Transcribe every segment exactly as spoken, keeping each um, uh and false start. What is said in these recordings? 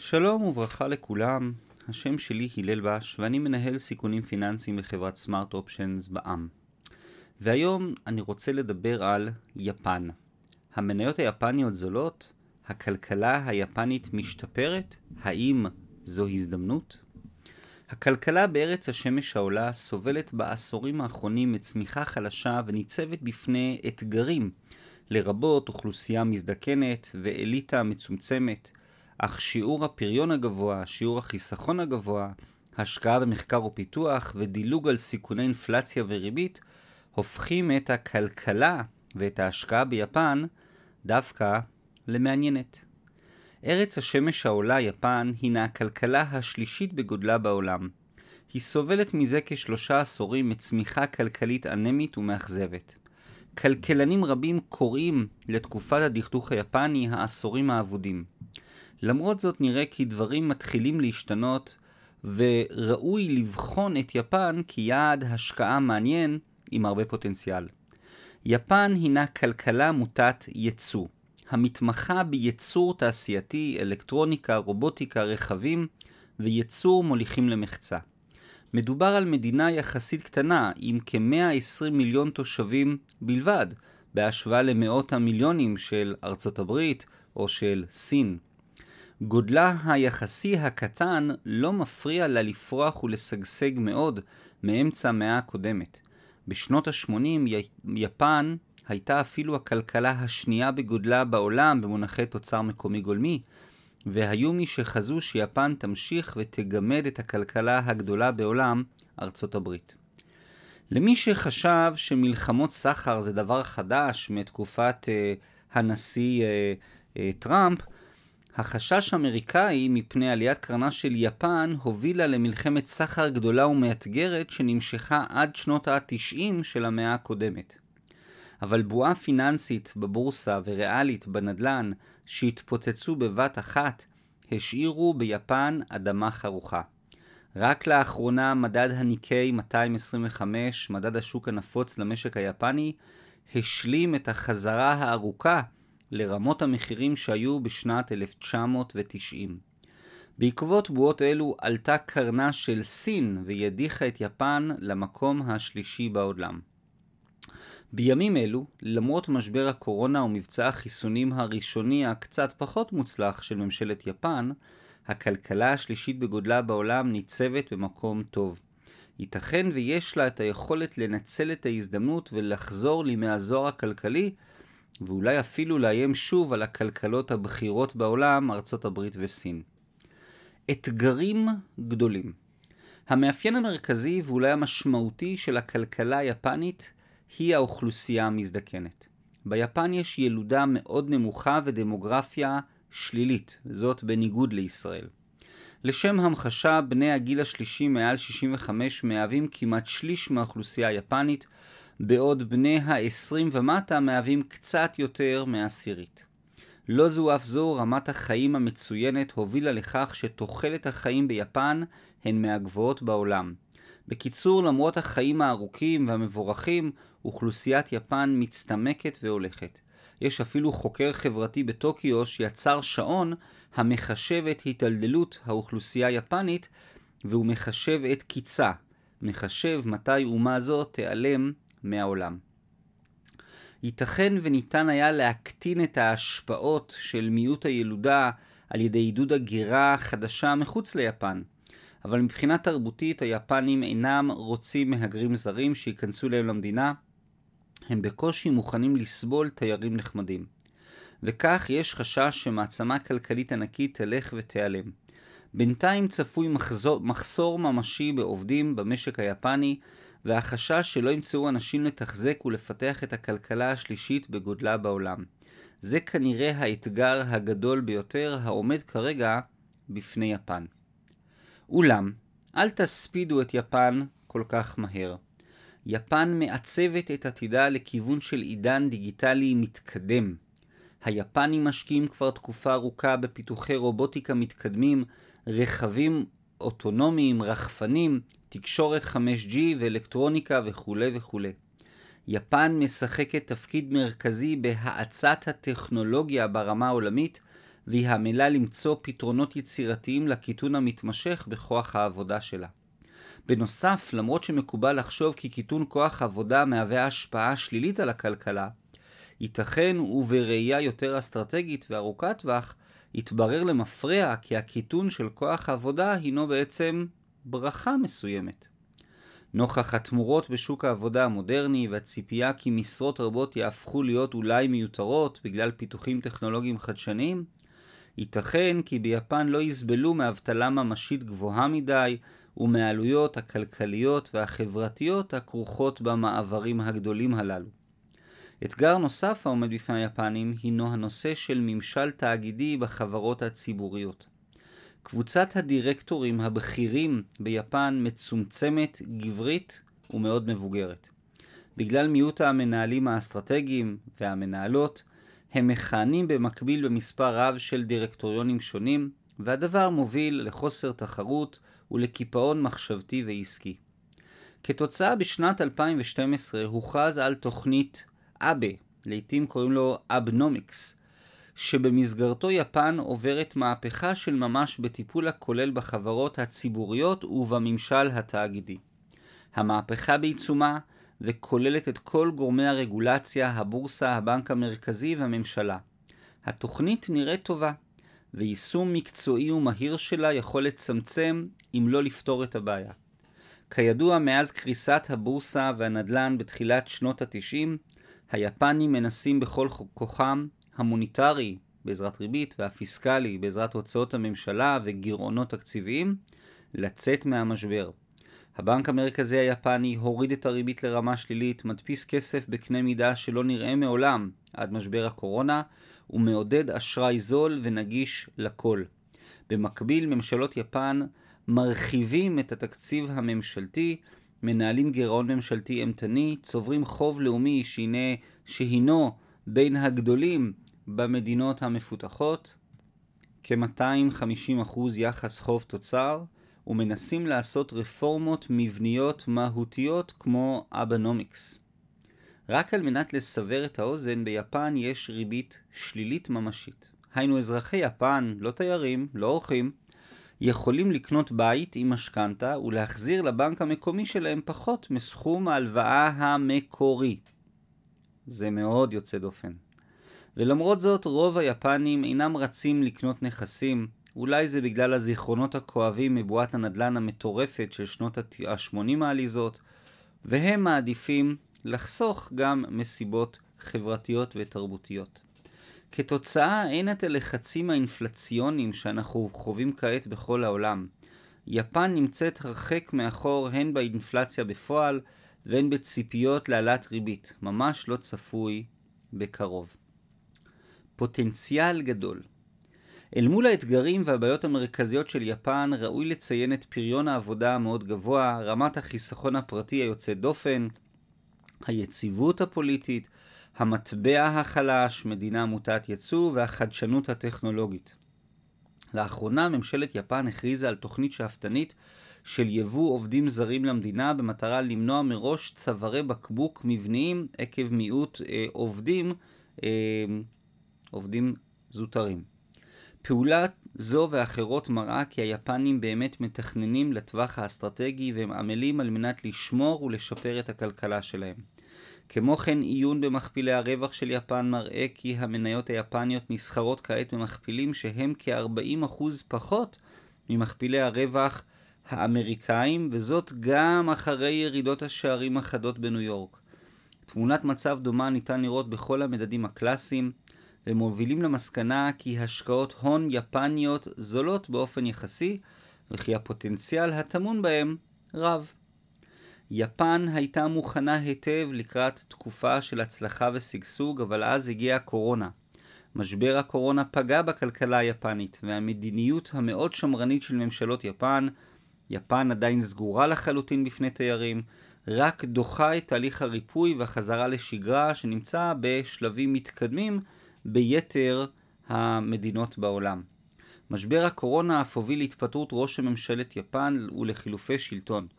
שלום וברכה לכולם, השם שלי הלל בש ואני מנהל סיכונים פיננסיים בחברת סמארט אופשנס בע"מ. והיום אני רוצה לדבר על יפן. המניות היפניות זולות? הכלכלה היפנית משתפרת? האם זו הזדמנות? הכלכלה בארץ השמש העולה סובלת בעשורים האחרונים מצמיחה חלשה וניצבת בפני אתגרים, לרבות אוכלוסייה מזדקנת ואליטה מצומצמת, אך שיעור הפריון הגבוה, שיעור החיסכון הגבוה, השקעה במחקר ופיתוח ודילוג על סיכוני אינפלציה וריבית הופכים את הכלכלה ואת ההשקעה ביפן דווקא למעניינת. ארץ השמש העולה יפן הינה הכלכלה השלישית בגודלה בעולם. היא סובלת מזה כשלושה עשורים מצמיחה כלכלית אנמית ומאכזבת. כלכלנים רבים קוראים לתקופת הדכדוך היפני העשורים האבודים. למרות זאת נראה כי דברים מתחילים להשתנות וראוי לבחון את יפן כיעד השקעה מעניין עם הרבה פוטנציאל. יפן הינה כלכלה מוטת ייצוא, המתמחה בייצור תעשייתי, אלקטרוניקה, רובוטיקה, רכבים וייצור מוליכים למחצה. מדובר על מדינה יחסית קטנה עם כ-מאה ועשרים מיליון תושבים בלבד, בהשוואה למאות המיליונים של ארצות הברית או של סין. גודלה היחסי הקטן לא מפריע לה לפרוח ולשגשג מאוד מאמצע המאה הקודמת. בשנות ה-שמונים יפן הייתה אפילו הכלכלה השנייה בגודלה בעולם במונחי תוצר מקומי גולמי, והיו מי שחזו שיפן תמשיך ותגמד את הכלכלה הגדולה בעולם, ארצות הברית. למי שחשב שמלחמות סחר זה דבר חדש מתקופת אה, הנשיא אה, אה, טראמפ, החשש האמריקאי מפני עליית קרנה של יפן הובילה למלחמת סחר גדולה ומאתגרת שנמשכה עד שנות ה-תשעים של המאה הקודמת. אבל בועה פיננסית בבורסה וריאלית בנדלן שהתפוצצו בבת אחת השאירו ביפן אדמה חרוכה. רק לאחרונה מדד הניקיי מאתיים עשרים וחמש, מדד השוק הנפוץ למשק היפני, השלים את החזרה הארוכה לרמות המחירים שהיו בשנת אלף תשע מאות ותשעים. בעקבות בועות אלו עלתה קרנה של סין והדיחה את יפן למקום השלישי בעולם. בימים אלו, למרות משבר הקורונה ומבצע החיסונים הראשוני הקצת פחות מוצלח של ממשלת יפן, הכלכלה השלישית בגודלה בעולם ניצבת במקום טוב. ייתכן ויש לה את היכולת לנצל את ההזדמנות ולחזור לימי הזוהר הכלכלי, ואולי אפילו לאיים שוב על הכלכלות הבכירות בעולם, ארצות הברית וסין. אתגרים גדולים. המאפיין המרכזי ואולי המשמעותי של הכלכלה היפנית היא האוכלוסייה המזדקנת. ביפן יש ילודה מאוד נמוכה ודמוגרפיה שלילית, זאת בניגוד לישראל. לשם המחשה, בני הגיל השלישי מעל שישים וחמש מהווים כמעט שליש מהאוכלוסייה היפנית, בעוד בני ה-עשרים ומטה מהווים קצת יותר מעשירית. לא זו אף זו, רמת החיים המצוינת הובילה לכך שתוחלת החיים ביפן הן מהגבוהות בעולם. בקיצור, למרות החיים הארוכים והמבורכים, אוכלוסיית יפן מצטמקת והולכת. יש אפילו חוקר חברתי בטוקיו שיצר שעון המחשב את התדלדלות האוכלוסייה היפנית, והוא מחשב את קיצה, מחשב מתי אומה זו תיעלם מהעולם. ייתכן וניתן היה להקטין את ההשפעות של מיעוט הילודה על ידי עידוד הגירה חדשה מחוץ ליפן, אבל מבחינה תרבותית היפנים אינם רוצים מהגרים זרים שיכנסו להם למדינה, הם בקושי מוכנים לסבול תיירים נחמדים. וכך יש חשש שמעצמה כלכלית ענקית תלך ותיעלם. בינתיים צפוי מחזור, מחסור ממשי בעובדים במשק היפני, והחשש שלא ימצאו אנשים לתחזק ולפתח את הכלכלה השלישית בגודלה בעולם. זה כנראה האתגר הגדול ביותר העומד כרגע בפני יפן. אולם, אל תספידו את יפן כל כך מהר. יפן מעצבת את עתידה לכיוון של עידן דיגיטלי מתקדם. היפנים משקיעים כבר תקופה ארוכה בפיתוחי רובוטיקה מתקדמים, רכבים אוטונומיים, רחפנים, תקשורת חמש ג'י ואלקטרוניקה וכו' וכו'. יפן משחקת תפקיד מרכזי בהאצת הטכנולוגיה ברמה העולמית, והיא עמלה למצוא פתרונות יצירתיים לקיטון המתמשך בכוח העבודה שלה. בנוסף, למרות שמקובל לחשוב כי קיטון כוח עבודה מהווה השפעה שלילית על הכלכלה, ייתכן ובראייה יותר אסטרטגית וארוכת טווח, יתברר למפרע כי הקיטון של כוח העבודה הינו בעצם ברכה מסוימת. נוכח התמורות בשוק העבודה המודרני והציפייה כי משרות רבות יהפכו להיות אולי מיותרות בגלל פיתוחים טכנולוגיים חדשניים, ייתכן כי ביפן לא יסבלו מאבטלה ממשית גבוהה מדי ומהעלויות הכלכליות והחברתיות הכרוכות במעברים הגדולים הללו. אתגר נוסף העומד בפני היפנים הינו הנושא של ממשל תאגידי בחברות הציבוריות. קבוצת הדירקטורים הבכירים ביפן מצומצמת, גברית ומאוד מבוגרת. בגלל מיעוט המנהלים האסטרטגיים והמנהלות, הם מכהנים במקביל במספר רב של דירקטוריונים שונים, והדבר מוביל לחוסר תחרות ולקיפאון מחשבתי ועסקי. כתוצאה בשנת אלפיים ושתים עשרה הוכרז על תוכנית אבה, לעתים קוראים לו אבנומיקס, שבמסגרתו יפן עוברת מהפכה של ממש בטיפול הכולל בחברות הציבוריות ובממשל התאגידי. המהפכה בעיצומה וכוללת את כל גורמי הרגולציה, הבורסה, הבנק המרכזי והממשלה. התוכנית נראית טובה, ויישום מקצועי ומהיר שלה יכול לצמצם אם לא לפתור את הבעיה. כידוע, מאז קריסת הבורסה והנדל"ן בתחילת שנות ה-תשעים, היפנים מנסים בכל כוחם המוניטרי בעזרת ריבית והפיסקלי בעזרת הוצאות הממשלה וגירעונות תקציביים לצאת מהמשבר. הבנק המרכזי היפני הוריד את הריבית לרמה שלילית, מדפיס כסף בקנה מידה שלא נראה מעולם עד משבר הקורונה, ומעודד אשראי זול ונגיש לכל. במקביל, ממשלות יפן מרחיבים את התקציב הממשלתי, מנהלים גירעון ממשלתי אימתני, צוברים חוב לאומי שהינה, שהינו בין הגדולים במדינות המפותחות, כ-מאתיים וחמישים אחוז יחס חוב תוצר, ומנסים לעשות רפורמות מבניות מהותיות כמו אבנומיקס. רק על מנת לסבר את האוזן, ביפן יש ריבית שלילית ממשית. היינו אזרחי יפן, לא תיירים, לא אורחים, יכולים לקנות בית עם משכנתה ולהחזיר לבנק המקומי שלהם פחות מסכום ההלוואה המקורי. זה מאוד יוצא דופן. ולמרות זאת, רוב היפנים אינם רצים לקנות נכסים. אולי זה בגלל הזיכרונות הכואבים מבועת הנדל"ן המטורפת של שנות ה-שמונים העליזות, והם מעדיפים לחסוך גם מסיבות חברתיות ותרבותיות. כתוצאה, אין את הלחצים האינפלציוניים שאנחנו חווים כעת בכל העולם. יפן נמצאת הרחק מאחור הן באינפלציה בפועל והן בציפיות להעלאת ריבית. ממש לא צפוי בקרוב. פוטנציאל גדול. אל מול האתגרים והבעיות המרכזיות של יפן, ראוי לציין את פריון העבודה המאוד גבוה, רמת החיסכון הפרטי היוצא דופן, היציבות הפוליטית, המטבע החלש, מדינה מוטת ייצוא והחדשנות הטכנולוגית. לאחרונה ממשלת יפן הכריזה על תוכנית שאפתנית של יבוא עובדים זרים למדינה במטרה למנוע מראש צווארי בקבוק מבניים עקב מיעוט אה, עובדים, אה, עובדים זוטרים. פעולה זו ואחרות מראה כי היפנים באמת מתכננים לטווח האסטרטגי והם עמלים על מנת לשמור ולשפר את הכלכלה שלהם. כמו כן, עיון במכפילי הרווח של יפן מראה כי המניות היפניות נסחרות כעת במכפילים שהם כ-ארבעים אחוז פחות ממכפילי הרווח האמריקאים, וזאת גם אחרי ירידות השערים החדות בניו יורק. תמונת מצב דומה ניתן לראות בכל המדדים הקלאסיים, ומובילים למסקנה כי השקעות הון יפניות זולות באופן יחסי, וכי הפוטנציאל הטמון בהם רב. יפן הייתה מוכנה היטב לקראת תקופה של הצלחה וסגסוג, אבל אז הגיעה הקורונה. משבר הקורונה פגע בכלכלה היפנית, והמדיניות המאוד שמרנית של ממשלות יפן, יפן עדיין סגורה לחלוטין בפני תיירים, רק דוחה את תהליך הריפוי והחזרה לשגרה שנמצא בשלבים מתקדמים ביתר המדינות בעולם. משבר הקורונה אף הוביל להתפטרות ראש ממשלת יפן ולחילופי שלטון.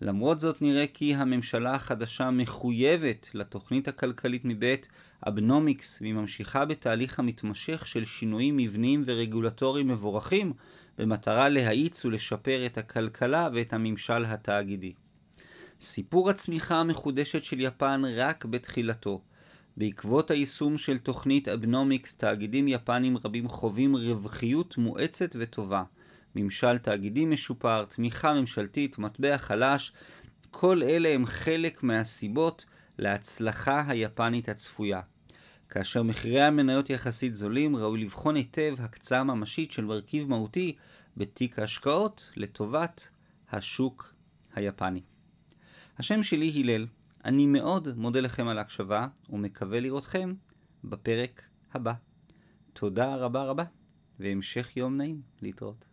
למרות זאת נראה כי הממשלה החדשה מחויבת לתוכנית הכלכלית מבית אבנומיקס, והיא ממשיכה בתהליך המתמשך של שינויים מבניים ורגולטוריים מבורכים, במטרה להאיץ ולשפר את הכלכלה ואת הממשל התאגידי. סיפור הצמיחה המחודשת של יפן רק בתחילתו. בעקבות היישום של תוכנית אבנומיקס, תאגידים יפנים רבים חווים רווחיות מואצת וטובה. ממשל תאגידי משופר, תמיכה ממשלתית, מטבע חלש, כל אלה הם חלק מהסיבות להצלחה היפנית הצפויה. כאשר מחירי המניות יחסית זולים, ראוי לבחון היטב הקצאה ממשית של מרכיב מהותי בתיק ההשקעות לטובת השוק היפני. השם שלי הלל, אני מאוד מודה לכם על ההקשבה ומקווה לראותכם בפרק הבא. תודה רבה רבה והמשך יום נעים, להתראות.